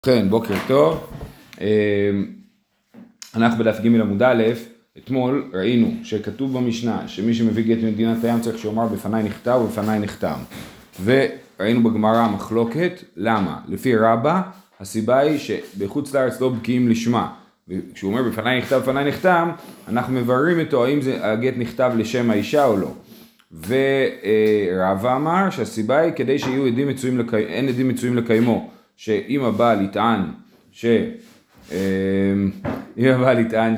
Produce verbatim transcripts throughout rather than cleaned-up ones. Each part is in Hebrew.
כן, בוקר טוב. אנחנו בדף ג' עמוד א', אתמול ראינו שכתוב במשנה שמי שמביא גט ממדינת הים צריך שיאמר בפניי נכתב ובפניי נחתם. וראינו בגמרא מחלוקת, למה? לפי רבא, הסיבה היא שבחוץ לארץ לא בקיאים לשמה. וכשהוא אומר בפניי נכתב ובפניי נחתם, אנחנו מבררים איתו האם זה, הגט נכתב לשם האישה או לא. ורבא אמר שהסיבה היא כדי שיהיו עדים מצויים לקי... אין עדים מצויים לקיימו. שאם הבעל יטען ש... אם הבעל יטען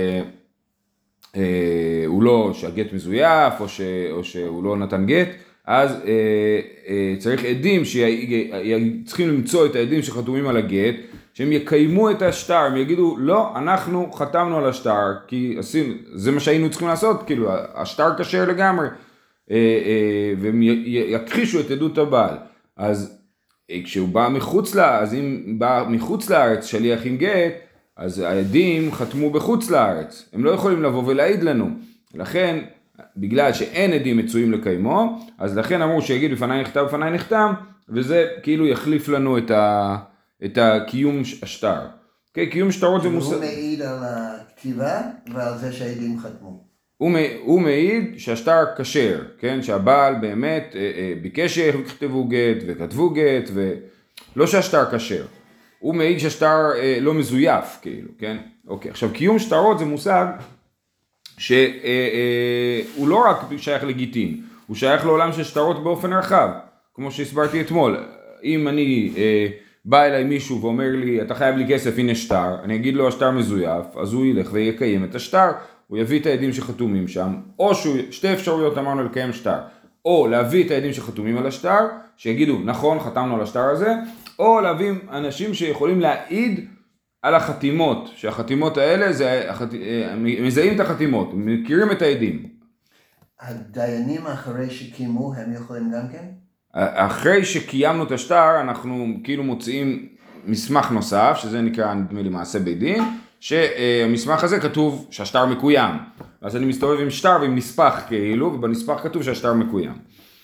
שהוא לא, שהגט מזויף או, ש... או שהוא לא נתן גט, אז צריך עדים שצריכים למצוא את העדים שחתומים על הגט, שהם יקיימו את השטר, הם יגידו לא, אנחנו חתמנו על השטר, כי עשינו, זה מה שהיינו צריכים לעשות, כאילו השטר כשר לגמרי, והם יכחישו את עדות הבעל. אז כשהוא בא מחוץ לארץ, אז אם בא מחוץ לארץ שליח עם גט, אז העדים חתמו בחוץ לארץ, הם לא יכולים לבוא ולהעיד לנו, לכן בגלל שאין עדים מצויים לקיימו, אז לכן אמרו שיגיד בפניי נכתב בפניי נחתם, וזה כאילו יחליף לנו את, ה, את הקיום השטר. Okay, קיום שטרות זה מושג. הוא מעיד על הכתיבה ועל זה שהעדים חתמו. הוא, הוא מעיד שהשטר כשר, כן? שהבעל באמת אה, אה, ביקש שכתבו גט וכתבו גט, ולא שהשטר כשר. הוא מעיד שהשטר אה, לא מזויף, כאילו, כן? אוקיי, עכשיו קיום שטרות זה מושג שהוא אה, אה, לא רק שייך לגיטין, הוא שייך לעולם של שטרות באופן רחב, כמו שהסברתי אתמול. אם אני אה, בא אליי מישהו ואומר לי, אתה חייב לי כסף, הנה שטר, אני אגיד לו השטר מזויף, אז הוא ילך ויקיים את השטר, הוא יביא את העדים שחתומים שם, או שתי אפשרויות אמרנו לקיים שטר, או להביא את העדים שחתומים על השטר, שיגידו נכון חתמנו על השטר הזה, או להביא אנשים שיכולים להעיד על החתימות, שהחתימות האלה, זה, החת... מזהים את החתימות, מכירים את העדים. הדיינים אחרי שקיימו הם יכולים גם כן? אחרי שקיימנו את השטר, אנחנו כאילו מוצאים מסמך נוסף, שזה נקרא נדמה לי מעשה בית דין, שהמסמך הזה כתוב שהשטר מקוים. אז אני מסתובב עם שטר ועם נספח כאילו, ובנספח כתוב שהשטר מקוים.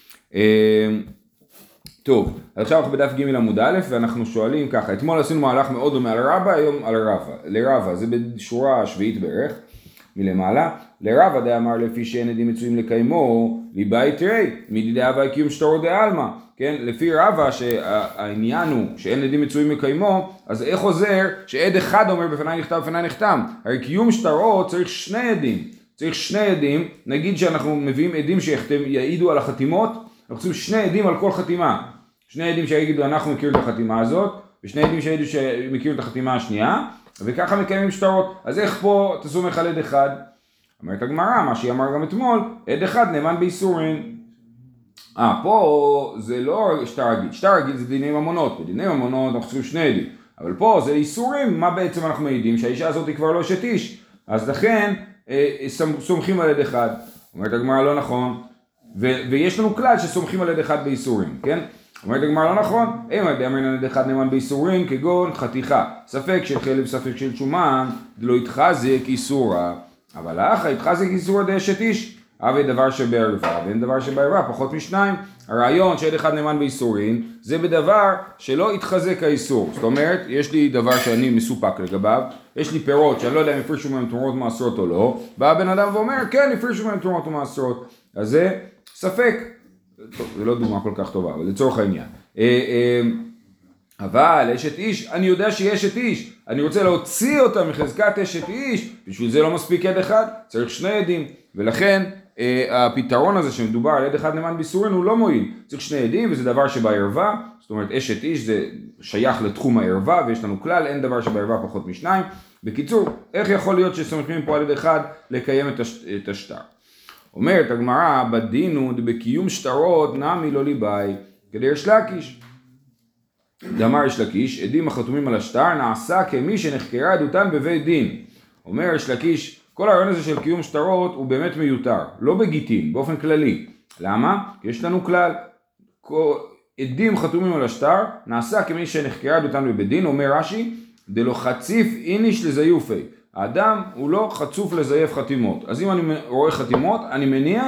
טוב, עכשיו אנחנו בדף ג' עמוד א', ואנחנו שואלים ככה, אתמול עשינו מהלך מאוד דומה על רבא, היום על רבא. לרבא, זה בשורה השביעית בערך, מלמעלה. לרבא דאמר לפי שאין עדים מצויים לקיימו, ליבאי תראי, מדידי הווי קיום שטרות דעלמא. כן, לפי רבא שהעניין הוא שאין עדים מצויים לקיימו, אז איך עוזר שעד אחד אומר בפניי נכתב בפניי נחתם? הרי קיום שטרות צריך שני עדים, צריך שני עדים, נגיד שאנחנו מביאים עדים שיעידו על החתימות, אנחנו צריכים שני עדים על כל חתימה, שני עדים שיגידו אנחנו מכירים את החתימה הזאת, ושני עדים שיגידו שמכירים את החתימה השנייה, וככה מקיימים שטרות. אז איך פה אתה סומך על עד אחד? אומרת הגמרא, מה שהיא אמר גם אתמול, עד אחד נאמן באיסורין. אה, פה זה לא שטר רגיל, שטר רגיל זה דיני ממונות, בדיני ממונות אנחנו צריכים שני עדים, אבל פה זה איסורים, מה בעצם אנחנו מעידים? שהאישה הזאת היא כבר לא אשת איש, אז לכן אה, סומכים על עד אחד. אומרת הגמרא לא נכון, ו- ויש לנו כלל שסומכים על עד אחד באיסורים, כן? אומרת הגמרא לא נכון, אם אמרנו עד אחד נאמן באיסורים, כגון חתיכה, ספק של חלב, ספק של שומן, לא יתחזק איסורה, אבל האחה יתחזק איסורה דאשת איש, אבל דבר שבערווה, ואין דבר שבערווה, פחות משניים. הרעיון שעד אחד נאמן באיסורין, זה בדבר שלא יתחזק האיסור. זאת אומרת, יש לי דבר שאני מסופק לגביו, יש לי פירות שאני לא יודע אם הפרישו מהם תרומות ומעשרות או לא, בא הבן אדם ואומר, כן, הפרישו מהם תרומות ומעשרות. אז זה ספק. טוב, זה לא דוגמה כל כך טובה, אבל לצורך העניין. אבל אשת איש, אני יודע שהיא אשת איש, אני רוצה להוציא אותה מחזקת אשת איש, בשביל זה לא מספיק עד אחד, צריך שני עדים, ולכן הפתרון הזה שמדובר על עד אחד נאמן באיסורין הוא לא מועיל, צריך שני עדים וזה דבר שבערווה, זאת אומרת אשת איש זה שייך לתחום הערווה ויש לנו כלל, אין דבר שבערווה פחות משניים. בקיצור, איך יכול להיות שסומכים פה על עד אחד לקיים את השטר? אומרת הגמרא, בדין הוא בקיום שטרות נמי לא ליבאי, כדי יש לקיש. דאמר יש לקיש, עדים החתומים על השטר נעשה כמי שנחקרה עדותם בבית דין. אומר יש לקיש, כל הרעיון הזה של קיום שטרות הוא באמת מיותר, לא בגיטין, באופן כללי. למה? כי יש לנו כלל, עדים חתומים על השטר נעשה כמי שנחקרה עדותם בבית דין, אומר רש"י, דלא חציף איניש לזיופי. האדם הוא לא חצוף לזייף חתימות, אז אם אני רואה חתימות, אני מניח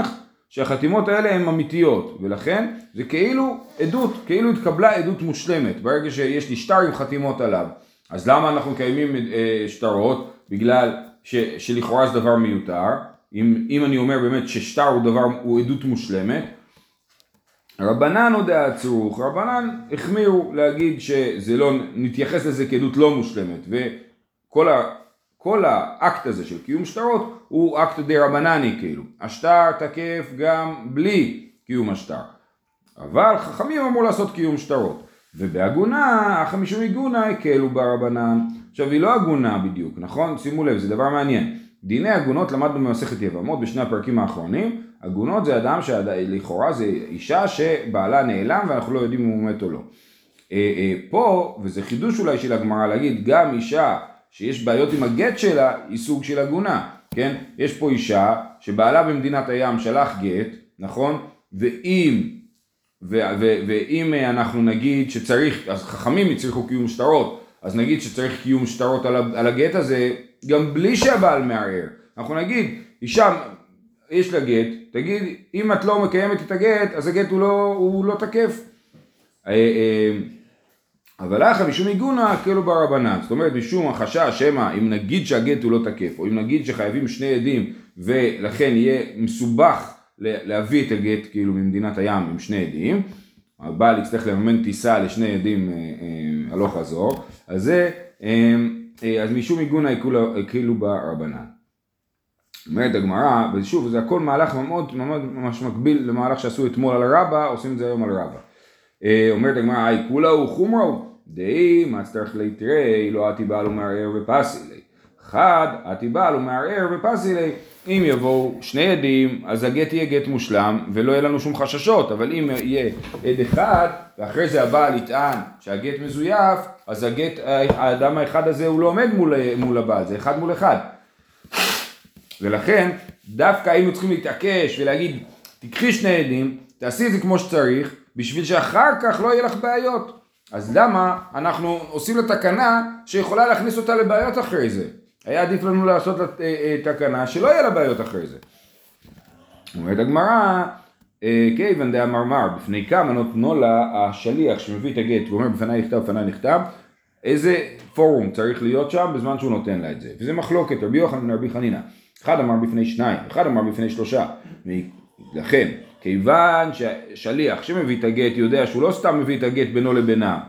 שהחתימות האלה הן אמיתיות, ולכן זה כאילו עדות, כאילו התקבלה עדות מושלמת, ברגע שיש לי שטר עם חתימות עליו. אז למה אנחנו קיימים אה, שטרות? בגלל ש, שלכאורה זה דבר מיותר, אם, אם אני אומר באמת ששטר הוא דבר, הוא עדות מושלמת, רבנן עוד העצרוך, רבנן החמירו להגיד שזה לא, נתייחס לזה כעדות לא מושלמת, וכל ה, כל האקט הזה של קיום שטרות הוא אקט די רבנני כאילו, השטר תקף גם בלי קיום השטר, אבל חכמים אמרו לעשות קיום שטרות, ובהגונה, החמישום עיגונה הקלו ברבנן, עכשיו היא לא הגונה בדיוק, נכון? שימו לב, זה דבר מעניין, דיני הגונות למדנו במסכת יבמות בשני הפרקים האחרונים, הגונות זה אדם שלכאורה זה אישה שבעלה נעלם ואנחנו לא יודעים אם הוא מת או לא. פה, וזה חידוש אולי של הגמרא להגיד, גם אישה שיש בעיות עם הגט שלה היא סוג של הגונה, כן? יש פה אישה שבעלה במדינת הים שלח גט, נכון? ואם, ו, ו, ואם אנחנו נגיד שצריך, אז חכמים יצריכו קיום שטרות, אז נגיד שצריך קיום שטרות על, על הגט הזה, גם בלי שהבעל מערער. אנחנו נגיד, אישה, יש לה גט, תגיד, אם את לא מקיימת את הגט, אז הגט הוא לא, הוא לא תקף. אבל אחר משום עיגונה כאילו ברבנן, זאת אומרת משום החשש שמא אם נגיד שהגט הוא לא תקף, או אם נגיד שחייבים שני עדים ולכן יהיה מסובך להביא את הגט כאילו ממדינת הים עם שני עדים, הבעל יצטרך לממן טיסה לשני עדים הלוך חזור, אז זה, אז משום עיגונה כאילו ברבנן. אומרת הגמרא, ושוב זה הכל מהלך מאוד ממש מקביל למהלך שעשו אתמול על רבא, עושים את זה היום על רבא. אומרת הגמרא, אי כולה הוא חומרו, די, מה צריך להתראה, לא עתי בעל ומערער ופסי לי. חד, עתי בעל ומערער ופסי לי. אם יבואו שני עדים, אז הגט יהיה גט מושלם, ולא יהיה לנו שום חששות, אבל אם יהיה עד אחד, ואחרי זה הבעל יטען שהגט מזויף, אז הגט, האדם האחד הזה הוא לא עומד מול, מול הבעל, זה אחד מול אחד. ולכן, דווקא היינו צריכים להתעקש ולהגיד, תקחי שני עדים, תעשי את זה כמו שצריך, בשביל שאחר כך לא יהיה לך בעיות. אז למה אנחנו עושים לה תקנה שיכולה להכניס אותה לבעיות אחרי זה? היה עדיף לנו לעשות לה תקנה שלא יהיה לה בעיות אחרי זה. אומרת הגמרא, כיוון דה המרמר, בפני כמה נותנו לה השליח שמביא את הגט, ואומר בפני נכתב, בפני נכתב, איזה פורום צריך להיות שם בזמן שהוא נותן לה את זה. וזה מחלוקת, רבי יוחנן ורבי חנינא. אחד אמר בפני שניים, אחד אמר בפני שלושה. לכן, כיוון שהשליח שמביא את הגט יודע שהוא לא סתם מביא את הגט בינו לבינה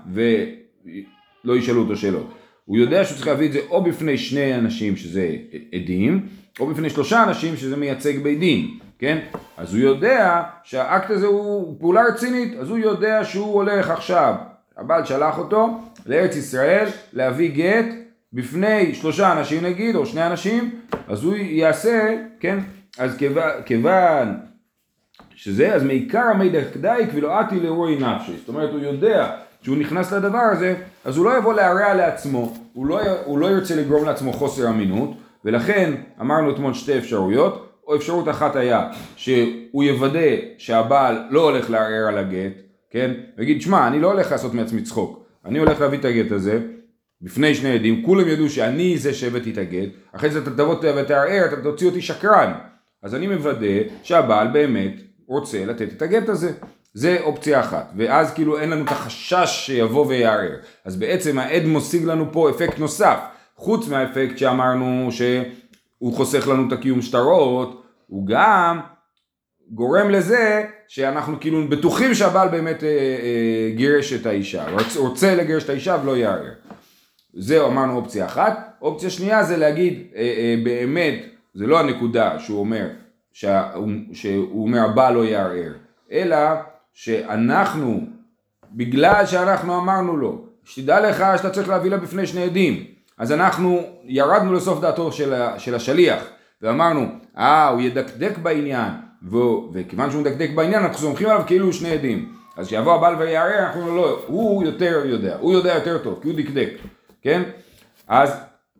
ולא ישאלו אותו שאלות, הוא יודע שהוא צריך להביא את זה או בפני שני אנשים שזה עדים, או בפני שלושה אנשים שזה מייצג בית דין, כן? אז הוא יודע שהאקט הזה הוא פעולה רצינית, אז הוא יודע שהוא הולך עכשיו, הבעל שלח אותו לארץ ישראל להביא גט בפני שלושה אנשים נגיד, או שני אנשים, אז הוא יעשה, כן? אז כיוון שזה, אז מעיקר המידע כדאי ולא עתי לאירועי נפשי, זאת אומרת הוא יודע שהוא נכנס לדבר הזה, אז הוא לא יבוא להרע לעצמו, הוא לא, הוא לא ירצה לגרום לעצמו חוסר אמינות, ולכן אמרנו אתמול שתי אפשרויות, או אפשרות אחת היה שהוא יוודא שהבעל לא הולך לערער על הגט, כן? ויגיד, שמע, אני לא הולך לעשות מעצמי צחוק, אני הולך להביא את הגט הזה, בפני שני עדים, כולם ידעו שאני זה שהבאתי את הגט, אחרי זה אתה תבוא ותערער, אתה תוציא אותי שקרן, אז אני מוודא שהבעל באמת רוצה לתת את הגט הזה. זה אופציה אחת, ואז כאילו אין לנו את החשש שיבוא ויערער. אז בעצם העד מוסיג לנו פה אפקט נוסף, חוץ מהאפקט שאמרנו שהוא חוסך לנו את הקיום שטרות, הוא גם גורם לזה שאנחנו כאילו בטוחים שהבעל באמת אה, אה, גירש את האישה, רוצה, רוצה לגרש את האישה ולא יערער. זהו אמרנו אופציה אחת. אופציה שנייה זה להגיד אה, אה, באמת, זה לא הנקודה שהוא אומר, שהוא, שהוא אומר הבעל לא יערער, אלא שאנחנו, בגלל שאנחנו אמרנו לו, שתדע לך שאתה צריך להביא לה בפני שני עדים, אז אנחנו ירדנו לסוף דעתו של, של השליח, ואמרנו, אה, הוא ידקדק בעניין, ו, וכיוון שהוא מדקדק בעניין, אנחנו סומכים עליו כאילו הוא שני עדים, אז שיבוא הבעל ויערער, אנחנו לא, הוא יותר יודע, הוא יודע יותר טוב, כי הוא דקדק, כן? אז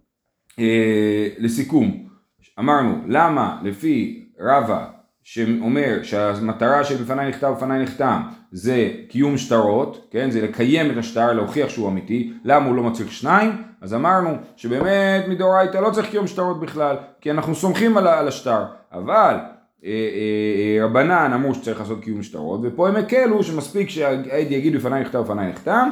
אה, לסיכום, אמרנו, למה לפי רבא, שאומר שהמטרה של בפני נכתב בפני נחתם זה קיום שטרות, כן? זה לקיים את השטר, להוכיח שהוא אמיתי. למה הוא לא מצריך שניים? אז אמרנו שבאמת מדאורייתא לא צריך קיום שטרות בכלל, כי אנחנו סומכים על, על השטר. אבל רבנן אמרו שצריך לעשות קיום שטרות, ופה הם הקלו שמספיק שהעד יגיד בפניי נחתם בפניי נחתם,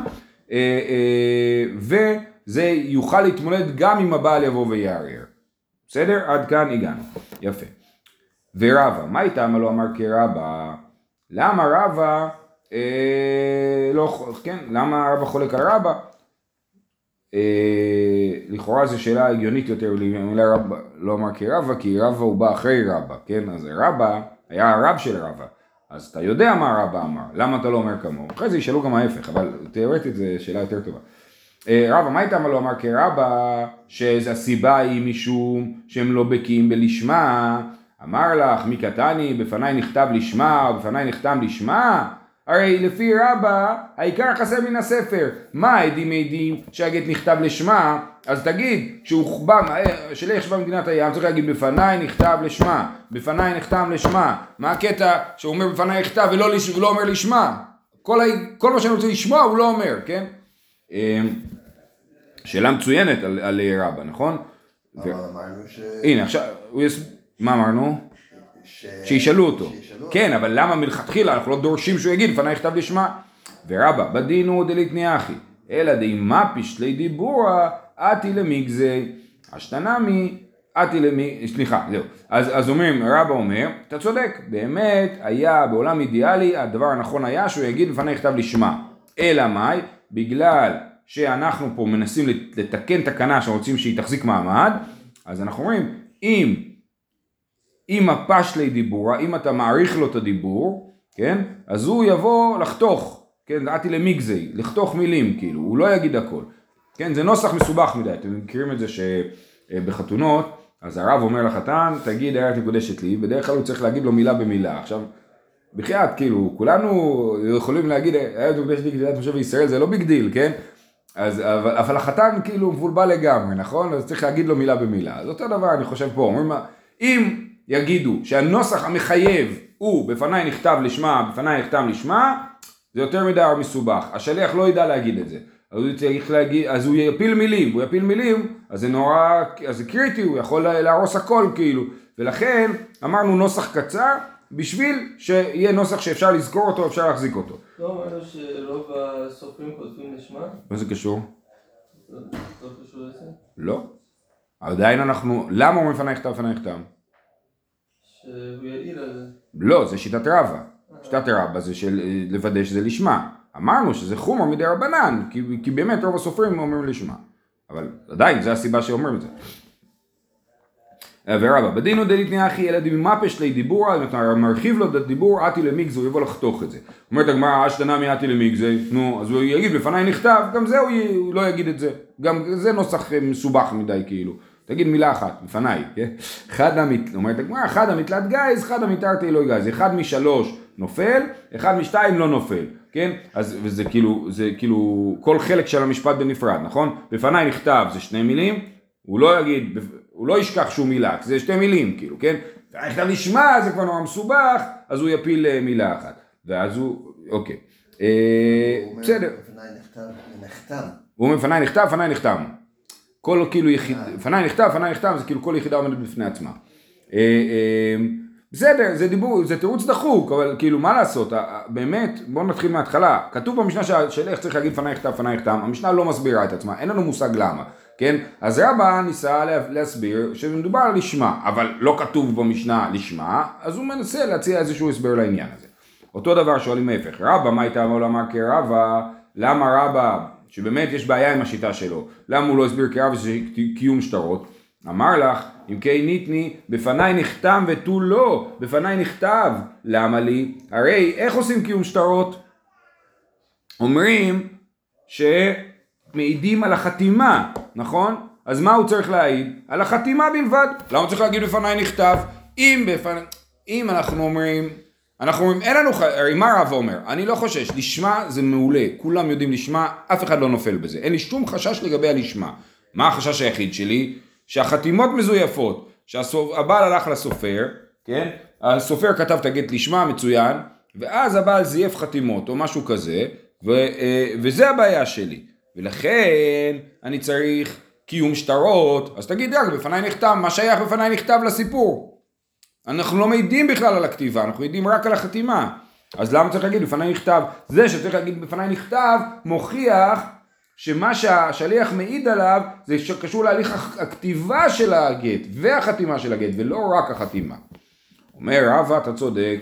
וזה יוכל להתמודד גם אם הבעל יבוא ויערער. בסדר? עד כאן הגענו. יפה. ורבא, מה איתה מה לא אמר כרבא? למה רבא, אה, לא, כן, למה רבא חולק על רבא? אה, לכאורה זו שאלה הגיונית יותר, למילה רבא לא אמר כרבא, כי רבא הוא בא אחרי רבא, כן? אז רבא היה הרב של רבא, אז אתה יודע מה רבא אמר, למה אתה לא אומר כמוהו? אחרי זה ישאלו גם ההפך, אבל תיאורטית זו שאלה יותר טובה. רבא, מה איתה מה לא אמר כרבא, שהסיבה היא משום שהם לא בקיאים בלשמה, אמר לך מי קטני בפניי נכתב לשמה ובפניי נחתם לשמה, הרי לפי רבא העיקר חסר מן הספר, מה העדים מעידים שהגט נכתב לשמה, אז תגיד שהוא בא, שליח שבא במדינת הים צריך להגיד בפניי נכתב לשמה, בפניי נחתם לשמה, מה הקטע שהוא אומר בפניי נכתב ולא, ולא אומר לשמה, כל, כל מה שאני רוצה לשמוע הוא לא אומר, כן? שאלה מצוינת על, על רבא, נכון? אבל אמרנו ש... הנה עכשיו, מה אמרנו? ש... שישאלו אותו. שישאלו. כן, אבל למה מלכתחילה אנחנו לא דורשים שהוא יגיד לפני נכתב לשמה? ורבא, בדינו דליתני אחי, אלא דימה פשטלי דיבורה, אתי למגזי, השתנמי, אתי למגזי, סליחה, זהו. אז, אז אומרים, רבא אומר, אתה צודק, באמת היה בעולם אידיאלי, הדבר הנכון היה שהוא יגיד לפני נכתב לשמה. אלא מאי? בגלל שאנחנו פה מנסים לתקן תקנה שרוצים שהיא תחזיק מעמד, אז אנחנו אומרים, אם אם הפשלי דיבורה, אם אתה מעריך לו את הדיבור, כן? אז הוא יבוא לחתוך, כן? דעתי למגזי, לחתוך מילים, כאילו, הוא לא יגיד הכל. כן? זה נוסח מסובך מדי, אתם מכירים את זה שבחתונות, אז הרב אומר לחתן, תגיד היית מקודשת לי, בדרך כלל הוא צריך להגיד לו מילה במילה. עכשיו, בחייאת, כאילו, כולנו יכולים להגיד, היית מקודשת לי כדעת משה וישראל, זה לא ביג דיל, כן? אז, אבל, אבל החתן כאילו מבולבל לגמרי, נכון? אז צריך להגיד לו מילה במילה. אז אותו דבר אני חושב פה, אומרים, אם יגידו שהנוסח המחייב הוא בפניי נכתב לשמה, בפניי נכתב לשמה, זה יותר מדי מסובך. השליח לא ידע להגיד את זה. אז הוא צריך להגיד, אז הוא יפיל מילים, הוא יפיל מילים, אז זה נורא, אז זה קריטי, הוא יכול להרוס הכל כאילו. ולכן אמרנו נוסח קצר, בשביל שיהיה נוסח שאפשר לזכור אותו, אפשר להחזיק אותו. לא אמרנו שרוב הסופרים כותבים לשמה? מה זה קשור? לא קשור לזה? לא. עדיין אנחנו, למה אומרים לפניי נכתב, לפניי נכתב? שהוא יעיל על זה. לא, זה שיטת רבא. שיטת רבא זה של לוודא שזה לשמה. אמרנו שזה חומר מדי רבנן, כי, כי באמת רוב הסופרים אומרים לשמה. אבל עדיין, זו הסיבה שאומרים את זה. ורבא, בדינו דליתני אחי אלא דממפש לי דיבור, אם אתה מרחיב לו את הדיבור, אתי למגזי, הוא יבוא לחתוך את זה. אומרת הגמרא, אשתנמי אתי למגזי, נו, אז הוא יגיד לפניי נכתב, גם זה הוא, י... הוא לא יגיד את זה. גם זה נוסח מסובך מדי כאילו. תגיד מילה אחת, לפניי, כן? אחד המת... אומרת הגמרא, אחד המתלת גייז, אחד המתארתי אלוהי גייז. אחד משלוש נופל, אחד משתיים לא נופל, כן? אז וזה כאילו, זה כאילו, כל חלק של המשפט בנפרד, נכון? בפניי נכתב, זה שני מילים, הוא לא יגיד, הוא לא ישכח שום מילה, זה שתי מילים, כאילו, כן? ואיך נשמע, זה כבר נורא מסובך, אז הוא יפיל מילה אחת. ואז הוא, אוקיי. בסדר. בפניי נכתב, נחתם. הוא אומר, בפניי נכתב, בפניי נחתם. כל כאילו יחיד, בפניי נכתב, בפניי נחתם, זה כאילו כל יחידה עומדת בפני עצמה. בסדר, זה דיבור, זה תירוץ דחוק, אבל כאילו מה לעשות, באמת, בואו נתחיל מההתחלה. כתוב במשנה שאיך צריך להגיד בפניי נכתב, בפניי נחתם, המשנה לא מסבירה את עצמה, אין לנו מושג למה. כן? אז רבא ניסה להסביר שמדובר על לשמה, אבל לא כתוב במשנה לשמה, אז הוא מנסה להציע איזשהו הסבר לעניין הזה. אותו דבר שואלים ההפך, רבא מה הייתה אמור לומר כרבא, למה רבא, שבאמת יש בעיה עם השיטה שלו, למה הוא לא הסביר כרבא שזה קיום שטרות? אמר לך, אם כן ניתני, בפניי נחתם ותו לא, בפניי נכתב, למה לי? הרי איך עושים קיום שטרות? אומרים ש... מעידים על החתימה, נכון? אז מה הוא צריך להעיד? על החתימה בלבד. למה הוא צריך להגיד בפניי נכתב? אם בפניי, אם אנחנו אומרים, אנחנו אומרים, אין לנו, הרי מה רב אומר? אני לא חושש, לשמה זה מעולה, כולם יודעים לשמה, אף אחד לא נופל בזה. אין לי שום חשש לגבי הלשמה. מה החשש היחיד שלי? שהחתימות מזויפות, שהבעל הלך לסופר, כן? הסופר כתב תגט לשמה, מצוין, ואז הבעל זייף חתימות או משהו כזה, ו, וזה הבעיה שלי. ולכן אני צריך קיום שטרות, אז תגיד רק בפניי נכתב, מה שייך בפניי נכתב לסיפור? אנחנו לא מעידים בכלל על הכתיבה, אנחנו מעידים רק על החתימה. אז למה צריך להגיד בפני נכתב? זה שצריך להגיד בפני נכתב מוכיח שמה שהשליח מעיד עליו זה קשור להליך הכתיבה של הגט והחתימה של הגט ולא רק החתימה. אומר רבא, אתה צודק.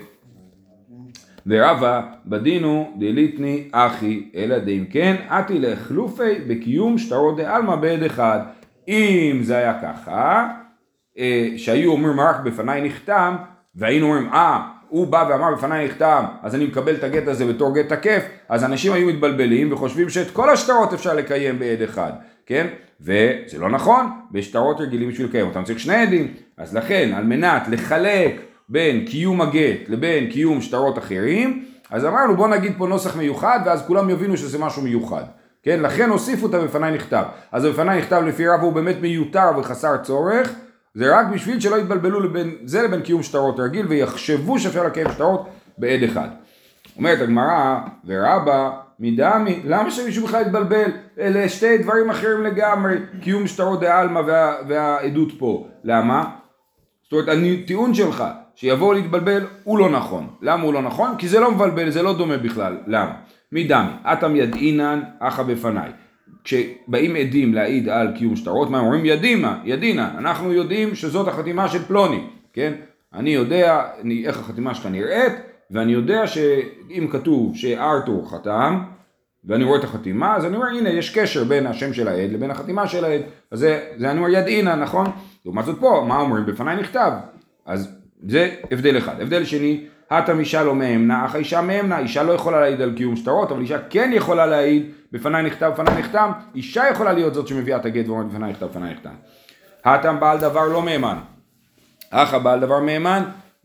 ורבא בדינו דליתני אחי אלא דאם כן עתי לחלופי בקיום שטרות דעלמא בעד אחד. אם זה היה ככה שהיו אומרים רק בפני נחתם והיינו אומרים אה הוא בא ואמר בפני נחתם אז אני מקבל את הגט הזה בתור גט תקף, אז אנשים היו מתבלבלים וחושבים שאת כל השטרות אפשר לקיים בעד אחד, כן? וזה לא נכון, בשטרות רגילים בשביל לקיים אותם צריך שני עדים. אז לכן על מנת לחלק בין קיום הגט לבין קיום שטרות אחרים, אז אמרנו בוא נגיד פה נוסח מיוחד ואז כולם יבינו שזה משהו מיוחד, כן? לכן הוסיפו אותה בפני נכתב. אז בפני נכתב לפי רבא הוא באמת מיותר וחסר צורך, זה רק בשביל שלא יתבלבלו לבין זה לבין קיום שטרות רגיל ויחשבו שאפשר לקיים שטרות בעד אחד. אומרת הגמרא, ורבא מדמי, למה שמישהו בכלל יתבלבל? אלה שתי דברים אחרים לגמרי, קיום שטרות דעלמא וה, והעדות פה. למה? זאת אומרת, הטיעון שלך שיבואו להתבלבל הוא לא נכון. למה הוא לא נכון? כי זה לא מבלבל, זה לא דומה בכלל. למה? מדמי, אתם ידעינן אחא בפניי. כשבאים עדים להעיד על קיום שטרות, מה אומרים? ידימה, ידינה, אנחנו יודעים שזאת החתימה של פלוני, כן? אני יודע אני, איך החתימה שלך נראית, ואני יודע שאם כתוב שארתור חתם, ואני רואה את החתימה, אז אני אומר, הנה, יש קשר בין השם של העד לבין החתימה של העד, אז זה, זה אני אומר ידעינה, נכון? לעומת זאת פה, מה אומרים? בפני נכתב. אז זה הבדל אחד. הבדל שני, התם אישה לא מאמנה, אך האישה מאמנה, אישה לא יכולה להעיד על קיום שטרות, אבל אישה כן יכולה להעיד, בפני נכתב, בפני נחתם, אישה יכולה להיות זאת שמביאה את הגט ואומרת בפני נכתב, בפני נחתם. התם בעל דבר לא מאמן, אך הבעל דבר מאמן,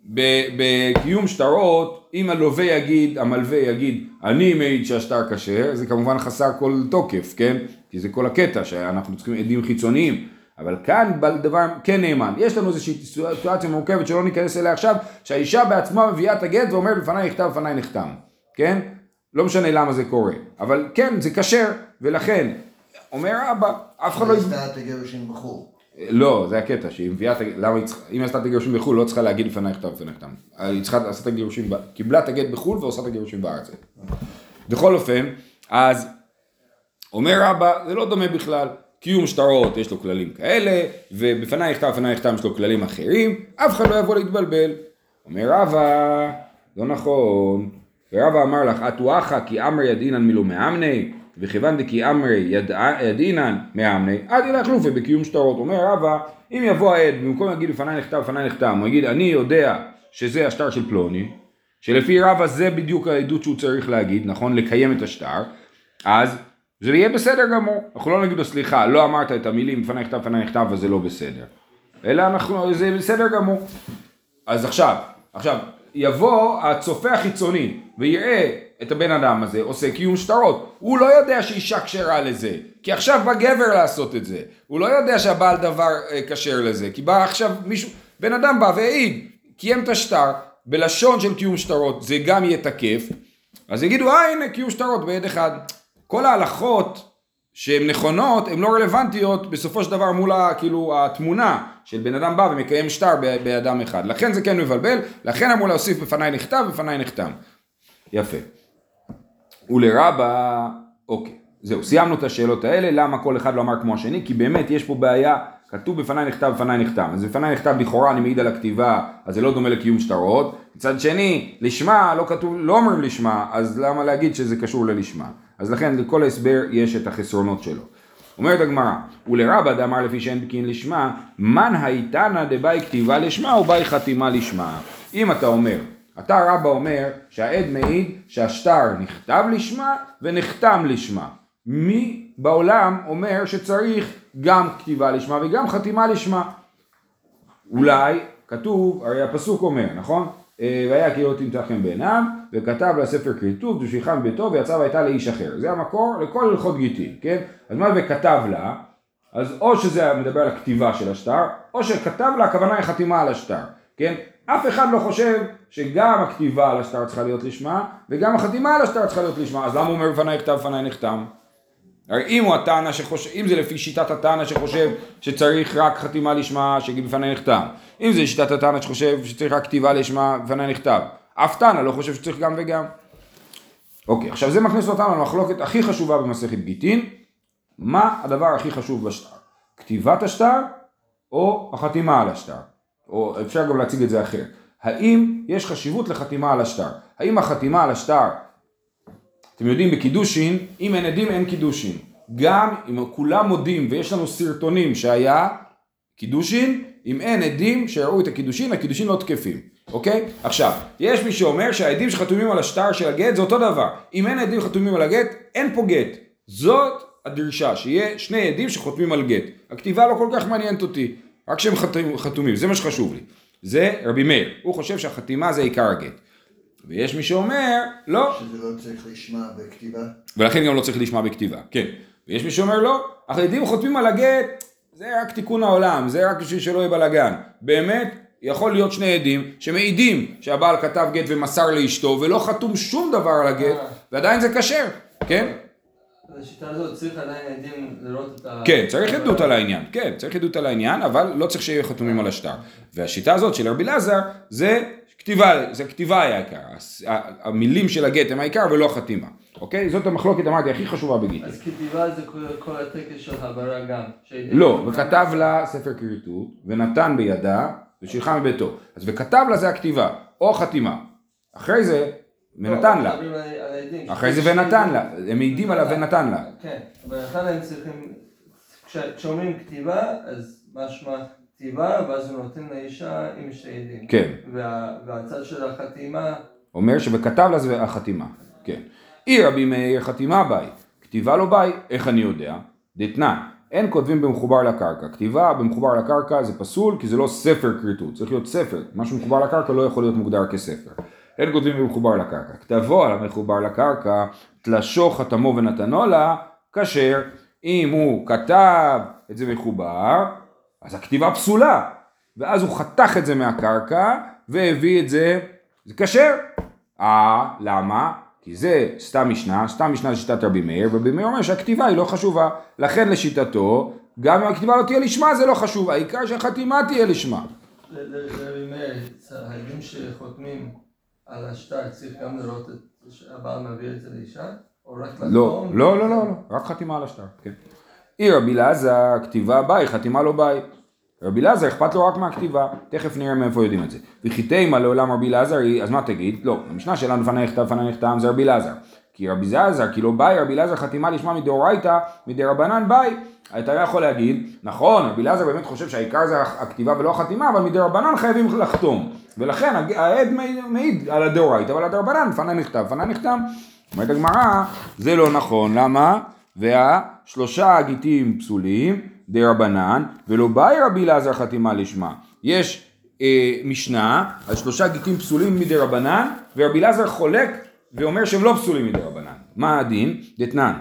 בקיום שטרות, אם הלווה יגיד, המלווה יגיד, אני מעיד שהשטר כשר, זה כמובן חסר כל תוקף, כן? כי זה כל הקטע שאנחנו צריכים עדים חיצוניים. אבל כאן דבר כן נאמן. יש לנו איזושהי סיטואציה מורכבת שלא ניכנס אליה עכשיו, שהאישה בעצמה מביאה את הגט ואומרת בפני נכתב, בפני נחתם. כן? לא משנה למה זה קורה. אבל כן, זה כשר, ולכן, אומר אבא, אף אחד לא... היא עשתה את הגירושים בחו"ל. לא, זה הקטע, שהיא מביאה את הגט, למה היא צריכה, אם עשתה את הגירושים בחו"ל, לא צריכה להגיד לפני נכתב, בפני נחתם. היא צריכה לעשות את הגירושים, קיבלה את הגט בחו"ל ועושה את הגירושים בארץ. בכל אופן, אז אומר אבא, זה לא דומה בכלל. קיום שטרות יש לו כללים כאלה, ובפני נכתב, בפני נחתם יש לו כללים אחרים, אף אחד לא יבוא להתבלבל. אומר רבא, לא נכון, ורבא אמר לך, אתו אחא כי אמרי ידעינן מלא מאמני, וכיוון דקי אמרי ידעינן מאמני, עד ילך לופה בקיום שטרות. אומר רבא, אם יבוא העד, במקום להגיד לפני נכתב, בפני נחתם, הוא יגיד, אני יודע שזה השטר של פלוני, שלפי רבא זה בדיוק העדות שהוא צריך להגיד, נכון, לקיים את השטר, אז זה יהיה בסדר גמור. אנחנו לא נגיד לו סליחה, לא אמרת את המילים בפני נכתב, בפני נכתב, וזה לא בסדר. אלא אנחנו, זה בסדר גמור. אז עכשיו, עכשיו, יבוא הצופה החיצוני ויראה את הבן אדם הזה עושה קיום שטרות. הוא לא יודע שאישה כשרה לזה, כי עכשיו בא גבר לעשות את זה. הוא לא יודע שהבעל דבר כשר לזה, כי בא עכשיו מישהו, בן אדם בא והעיד, קיים את השטר, בלשון של קיום שטרות, זה גם יהיה תקף. אז יגידו, אה הנה קיום שטרות בעד אחד. כל ההלכות שהן נכונות, הן לא רלוונטיות בסופו של דבר מול כאילו התמונה של בן אדם בא ומקיים שטר באדם אחד. לכן זה כן מבלבל, לכן אמור להוסיף בפני נכתב, בפני נחתם. יפה. ולרבא, אוקיי, זהו, סיימנו את השאלות האלה, למה כל אחד לא אמר כמו השני? כי באמת יש פה בעיה, כתוב בפני נכתב, בפני נחתם. אז בפני נכתב לכאורה אני מעיד על הכתיבה, אז זה לא דומה לקיום שטרות. מצד שני, לשמה, לא כתוב, לא אומרים לשמה, אז למה להגיד שזה קשור ללשמה? אז לכן לכל הסבר יש את החסרונות שלו. אומרת הגמרא, ולרבא דאמר לפי שאין בקין לשמה, מן הייתנא דבאי כתיבה לשמה ובאי חתימה לשמה. אם אתה אומר, אתה רבא אומר שהעד מעיד שהשטר נכתב לשמה ונחתם לשמה. מי בעולם אומר שצריך גם כתיבה לשמה וגם חתימה לשמה? אולי כתוב, הרי הפסוק אומר, נכון? והיה כי לא תמצא חן בעיניו, וכתב לספר כריתות, ושילחם ביתו, ויצא והייתה לאיש אחר. זה המקור לכל הלכות גיטין, כן? אז מה וכתב לה? אז או שזה מדבר על הכתיבה של השטר, או שכתב לה, הכוונה היא חתימה על השטר, כן? אף אחד לא חושב שגם הכתיבה על השטר צריכה להיות לשמה, וגם החתימה על השטר צריכה להיות לשמה, אז למה הוא אומר בפני כתב, בפני נחתם? הרי אם הוא הטענה שחושב, אם זה לפי שיטת הטענה שחושב שצריך רק חתימה לשמה שבפני נכתב, אם זה שיטת הטענה שחושב שצריך רק כתיבה לשמה בפני נכתב, אף טענה לא חושב שצריך גם וגם. אוקיי, עכשיו זה מכניס אותנו למחלוקת הכי חשובה במסכת גיטין, מה הדבר הכי חשוב בשטר? כתיבת השטר או החתימה על השטר? או אפשר גם להציג את זה אחר. האם יש חשיבות לחתימה על השטר? האם החתימה על השטר, אתם יודעים בקידושין, אם אין עדים אין קידושין. גם אם כולם מודים ויש לנו סרטונים שהיה קידושין, אם אין עדים שהראו את הקידושין, הקידושין לא תקפים. אוקיי? עכשיו, יש מי שאומר שהעדים שחתומים על השטר של הגט זה אותו דבר. אם אין עדים חתומים על הגט, אין פה גט. זאת הדרישה, שיהיה שני עדים שחותמים על גט. הכתיבה לא כל כך מעניינת אותי, רק שהם חתומים, זה מה שחשוב לי. זה רבי מאיר, הוא חושב שהחתימה זה עיקר הגט. ויש מי שאומר, לא. שזה לא צריך לשמע בכתיבה. ולכן גם לא צריך לשמע בכתיבה, כן. ויש מי שאומר, לא, העדים חותמים על הגט, זה רק תיקון העולם, זה רק בשביל שלא יהיה בלגן. באמת, יכול להיות שני עדים שמעידים שהבעל כתב גט ומסר לאשתו, ולא חתום שום דבר על הגט, ועדיין זה כשר, כן? בשיטה הזאת צריך עדיין עדים לראות את ה... כן, צריך עדות על העניין, כן, צריך עדות על העניין, אבל לא צריך שיהיו חתומים על השטר. והשיטה הזאת של רבי אלעזר, זה כתיבה, זה כתיבה היה העיקר, המילים של הגט הם העיקר ולא החתימה, אוקיי? זאת המחלוקת, אמרתי, הכי חשובה בגיטין. אז כתיבה זה כל הטקס של הברה גם. לא, וכתב לה ספר כריתות, ונתן בידה, ושילחה מביתו. אז וכתב לה זה הכתיבה, או חתימה. אחרי זה, ונתן לה. אחרי זה ונתן לה, הם מעידים עליו ונתן לה. כן, אבל נתן להם צריכים, כשאומרים כתיבה, אז משמע כתיבה, ואז הוא נותן לאישה עם שתי עדים. כן. והצד של החתימה... אומר שבכתב לה זה החתימה, כן. אי רבי מאיר חתימה ביי, כתיבה לא ביי, איך אני יודע? דתנן, אין כותבים במחובר לקרקע. כתיבה במחובר לקרקע זה פסול, כי זה לא ספר כריתות, צריך להיות ספר. משהו מחובר לקרקע לא יכול להיות מוגדר כספר. אין כותבים במחובר לקרקע. כתבו על המחובר לקרקע, תלשו חתמו ונתנו לה, כאשר אם הוא כתב את זה מחובר, אז הכתיבה פסולה. ואז הוא חתך את זה מהקרקע, והביא את זה, זה כשר. אה, למה? כי זה סתם משנה, סתם משנה זה שיטת רבי מאיר, ורבי מאיר אומר שהכתיבה היא לא חשובה. לכן לשיטתו, גם אם הכתיבה לא תהיה לשמה זה לא חשוב, העיקר שהחתימה תהיה לשמה. לרבי מאיר, העדים שחותמים על השטר צריך גם לראות את הבעל מביא את זה לאישה? או רק לחתום? לא, לא, לא, לא, רק חתימה על השטר, כן. אי רבי אלעזר, כתיבה ביי, חתימה לא ביי. רבי אלעזר אכפת לו רק מהכתיבה, תכף נראה מאיפה יודעים את זה. וחיתימה לעולם רבי אלעזר, אז מה תגיד? לא, המשנה שלנו לפני נכתב, לפני נכתב, זה רבי אלעזר. כי רבי אלעזר, כי לא ביי, רבי אלעזר חתימה לשמה מדאורייתא, מדרבנן ביי. אתה יכול להגיד, נכון, רבי אלעזר באמת חושב שהעיקר זה הכתיבה ולא החתימה, אבל מדרבנן חייבים לחתום. ולכן העד מעיד על הדאורייתא, אבל הדרבנן לפני נכתב, לפני נכתב. אומרת הגמרא, זה לא נכון, למה? והשלושה גיטים פסולים, דרבנן, ולא באי רבי אלעזר חתימה לשמה. יש אה, משנה על שלושה גיטים פסולים מדרבנן, ורבי אלעזר חולק ואומר שהם לא פסולים מדרבנן. מה הדין? דתנן.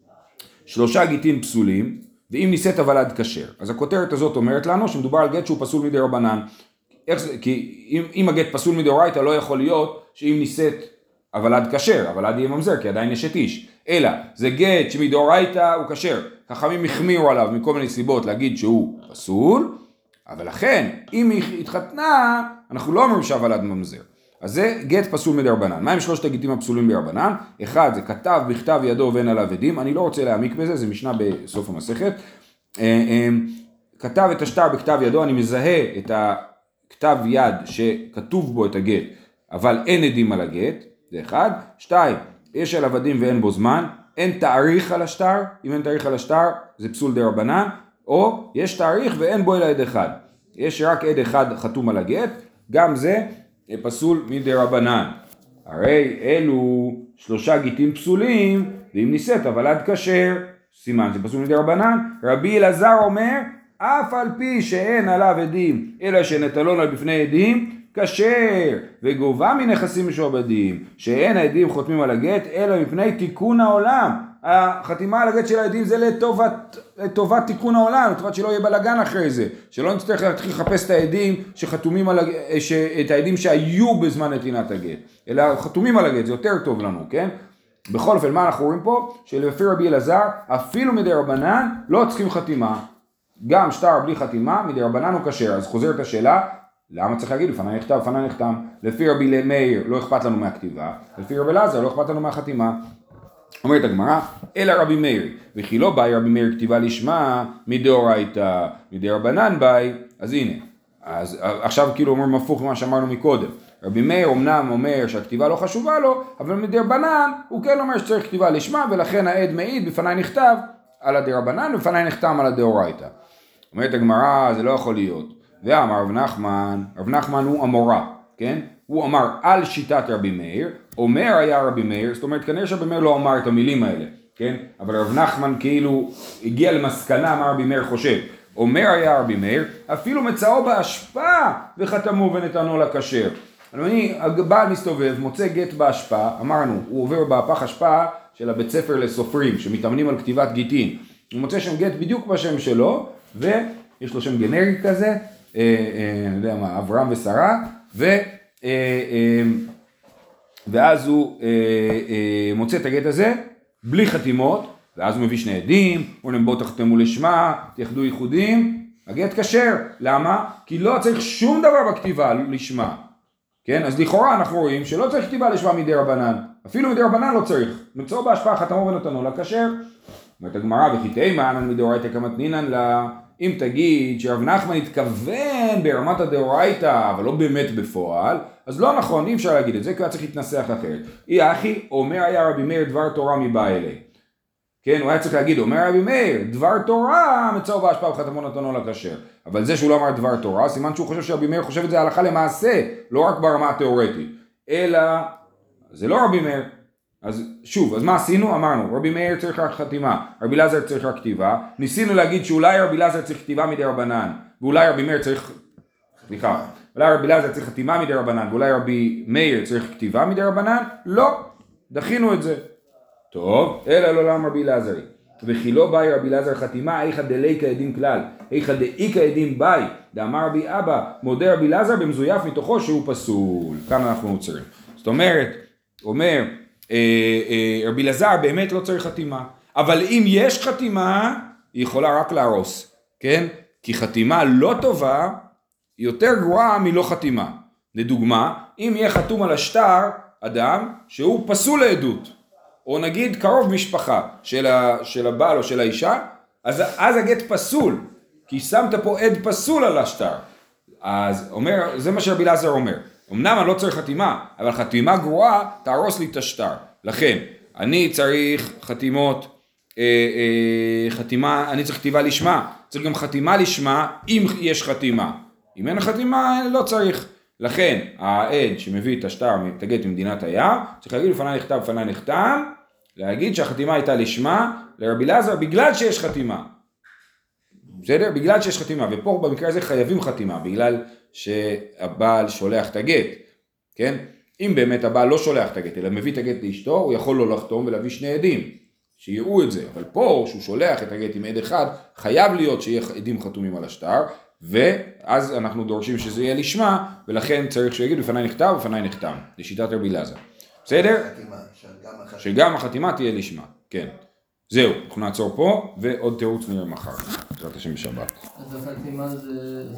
שלושה גיטים פסולים, ואם ניסית ולד כשר. אז הכותרת הזאת אומרת לנו שמדובר על גט שהוא פסול מדרבנן. איך זה? כי אם, אם הגט פסול מדאורייתא לא יכול להיות שאם ניסית הוולד כשר, הוולד יהיה ממזר, כי עדיין יש את איש. אלא, זה גט שמדאורייתא הוא כשר. חכמים החמירו עליו מכל מיני סיבות להגיד שהוא פסול, אבל לכן, אם היא התחתנה, אנחנו לא אומרים שהוולד ממזר. אז זה גט פסול מדרבנן. מה הם שלושת הגיטים הפסולים מדרבנן? אחד, זה כתב בכתב ידו ואין עליו עדים. אני לא רוצה להעמיק בזה, זה משנה בסוף המסכת. כתב את השטר בכתב ידו, אני מזהה את הכתב יד שכתוב בו את הגט, אבל אין עדים על הגט. זה אחד. שתיים, יש עליו עדים ואין בו זמן, אין תאריך על השטר, אם אין תאריך על השטר זה פסול דרבנן, או יש תאריך ואין בו אלא עד אחד, יש רק עד אחד חתום על הגט, גם זה פסול מדרבנן. הרי אלו שלושה גיטים פסולים, ואם ניסית ולד כשר, סימן זה פסול מדרבנן. רבי אלעזר אומר, אף על פי שאין עליו עדים, אלא שנטלון על בפני עדים, כשר, וגובה מנכסים משועבדים, שאין העדים חותמים על הגט, אלא מפני תיקון העולם. החתימה על הגט של העדים זה לטובת, לטובת תיקון העולם, לטובת שלא יהיה בלגן אחרי זה, שלא נצטרך להתחיל לחפש את העדים שחתומים על הגט, את העדים שהיו בזמן נתינת הגט, אלא חתומים על הגט, זה יותר טוב לנו, כן? בכל אופן, מה אנחנו רואים פה? שלפי רבי אלעזר, אפילו מדי רבנן לא צריכים חתימה. גם שטר בלי חתימה, מדי רבנן הוא כשר. אז חוזרת השאלה, למה צריך להגיד? לפני נכתב, לפני נחתם. לפי רבי מאיר לא אכפת לנו מהכתיבה, לפי רבי אלעזר לא אכפת לנו מהחתימה. אומרת הגמרא, אלא רבי מאיר, וכי לא באי רבי מאיר כתיבה לשמה, מדאורייתא, מדי רבנן באי, אז הנה. אז עכשיו כאילו אומר הפוך ממה שאמרנו מקודם. רבי מאיר אמנם אומר שהכתיבה לא חשובה לו, אבל מדי רבנן הוא כן אומר שצריך כתיבה לשמה, ולכן העד מעיד בפני נכתב על הדרבנן, ובפני נחתם על הדאורייתא. אומרת הגמרא, זה לא יכול להיות. ואמר רב נחמן, רב נחמן הוא אמורה, כן? הוא אמר על שיטת רבי מאיר, אומר היה רבי מאיר, זאת אומרת כנראה שרבי מאיר לא אמר את המילים האלה, כן? אבל רב נחמן כאילו הגיע למסקנה מה רבי מאיר חושב. אומר היה רבי מאיר, אפילו מצאו בהשפעה וחתמו ונתנו לכשר. אני, הבעל מסתובב, מוצא גט בהשפעה, אמרנו, הוא עובר בהפך השפעה של הבית ספר לסופרים, שמתאמנים על כתיבת גיטין. הוא מוצא שם גט בדיוק בשם שלו, ויש לו שם גנרי כזה, אה, אה, אני יודע מה, אברהם ושרה, ו, אה, אה, ואז הוא אה, אה, מוצא את הגט הזה, בלי חתימות, ואז הוא מביא שני עדים, הוא אומר בואו תחתמו לשמה, תייחדו ייחודים, הגט כשר. למה? כי לא צריך שום דבר בכתיבה לשמה. כן? אז לכאורה אנחנו רואים שלא צריך כתיבה לשמה מדי רבנן. אפילו מדי רבנן לא צריך. מצאו בהשפעה חתמו ונתנו לכשר. אומרת הגמרא, וכי תימן מדאורייתא כמתנינן לה, אם תגיד שרב נחמן התכוון ברמת הדאורייתא, אבל לא באמת בפועל, אז לא נכון, אי אפשר להגיד את זה, כי היה צריך להתנסח אחרת. אי אחי, אומר היה רבי מאיר דבר תורה מבא אלי. כן, הוא היה צריך להגיד, אומר רבי מאיר, דבר תורה מצאו בהשפעה וחתמו נתנו לכשר. אבל זה שהוא לא אמר דבר תורה, סימן שהוא חושב שרבי מאיר חושב את זה הלכה למעשה, לא רק ברמה התיאורטית. אלא, זה לא רבי מאיר. אז שוב, אז מה עשינו? אמרנו, רבי מאיר צריך רק חתימה, רבי אלעזר צריך רק כתיבה. ניסינו להגיד שאולי רבי אלעזר צריך כתיבה מדי רבנן, ואולי רבי מאיר צריך, סליחה, אולי רבי אלעזר צריך חתימה מדי רבנן, ואולי רבי מאיר צריך כתיבה מדי רבנן. לא, דחינו את זה. טוב, אלא לא למה רבי אלעזרי. וכי לא באי רבי אלעזר חתימה, איכא דליקא עדים כלל, איכא דאיכא עדים באי, דאמר רבי אבא, מודה רבי אלעזר במזויף מתוכו שהוא פסול. כאן אנחנו עוצרים. זאת אומרת, אומר, אה, אה, רבי אלעזר באמת לא צריך חתימה, אבל אם יש חתימה, היא יכולה רק להרוס, כן? כי חתימה לא טובה, היא יותר גרועה מלא חתימה. לדוגמה, אם יהיה חתום על השטר, אדם שהוא פסול לעדות, או נגיד קרוב משפחה של, ה, של הבעל או של האישה, אז, אז הגט פסול, כי שמת פה עד פסול על השטר. אז אומר, זה מה שרבי אלעזר אומר. אמנם אני לא צריך חתימה, אבל חתימה גרועה תהרוס לי את השטר. לכן, אני צריך חתימות, אה, אה, חתימה, אני צריך כתיבה לשמה. צריך גם חתימה לשמה, אם יש חתימה. אם אין חתימה, לא צריך. לכן, העד שמביא את השטר, את הגט ממדינת הים, צריך להגיד לפני נכתב, לפני נחתם, להגיד שהחתימה הייתה לשמה, לרבי אלעזר, בגלל שיש חתימה. בסדר? בגלל שיש חתימה, ופה במקרה הזה חייבים חתימה, בגלל שהבעל שולח את הגט, כן? אם באמת הבעל לא שולח את הגט, אלא מביא את הגט לאשתו, הוא יכול לא לחתום ולהביא שני עדים, שיראו את זה. אבל פה, שהוא שולח את הגט עם עד אחד, חייב להיות שיהיה עדים חתומים על השטר, ואז אנחנו דורשים שזה יהיה לשמה, ולכן צריך שיגיד בפני נכתב ובפני נחתם, לשיטת רבי אלעזר. בסדר? שגם החתימה תהיה לשמה, כן. זהו, אנחנו נעצור פה, ועוד תירוץ נראה מחר. בעזרת השם בשבת. אז החתימה זה...